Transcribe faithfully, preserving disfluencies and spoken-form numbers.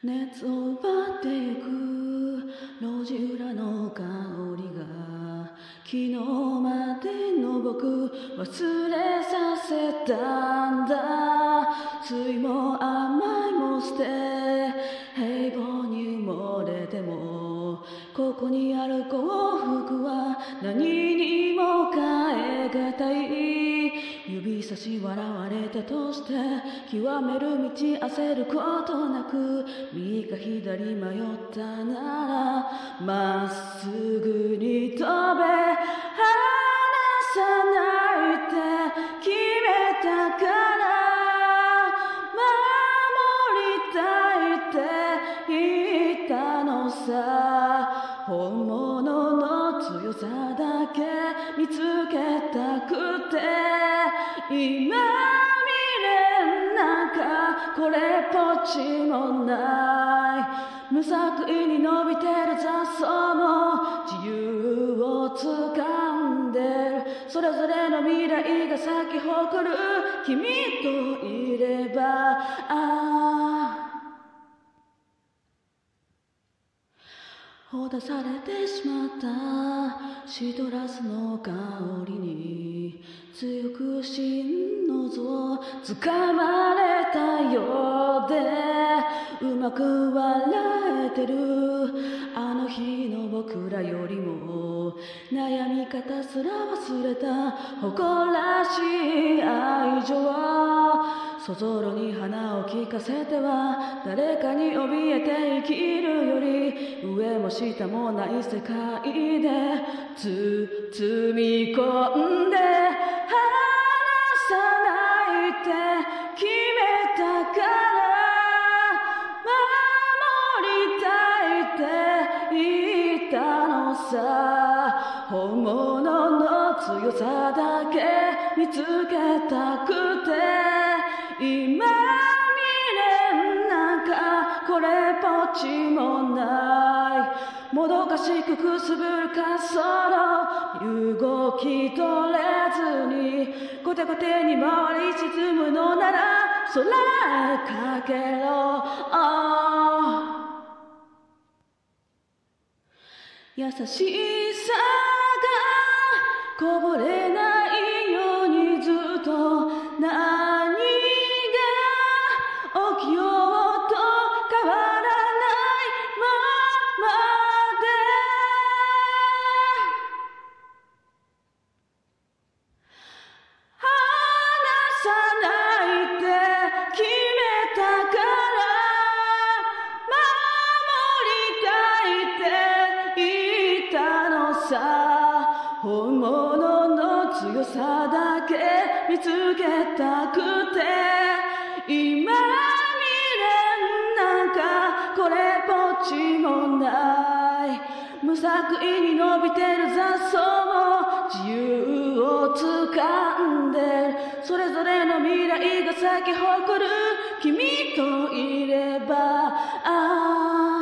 熱を奪ってゆく路地裏の香りが昨日までの僕忘れさせたんだ。酸いも甘いも捨て平凡に埋もれてもここにある幸福は何にも変えがたい。指差し笑われたとして極める道焦ることなく右か左迷ったならまっすぐに飛べ離さないって決めたから守りたいって言ったのさ。本物の強さだけ見つけたくて今未練なんかこれっぽっちもない。無作為に伸びてる雑草も自由を掴んでる。それぞれの未来が咲き誇る君といればあほだされてしまったシトラスの香りに強く心の臓つかまれたようでうまく笑えてるあの日の僕らよりも悩み方すら忘れた誇らしい愛情そぞろに花を聞かせては誰かに怯えて生きるより上も下もない世界で包み込んで離さないって決めたから守りたいって言ったのさ。本物の強さだけ見つけたくて今未練なんかこれっぽっちもないもどかしくくすぶる滑走路動き取れずにコテコテに回り沈むのなら空へかけろ、oh、優しさがこぼれないようにずっと何が起きようと変わらないままで離さないって決めたから守りたいって言ったのさ。本物の強さだけ見つけたくて今未練なんかこれっぽっちもない無作為に伸びてる雑草も自由を掴んでるそれぞれの未来が咲き誇る君といればあ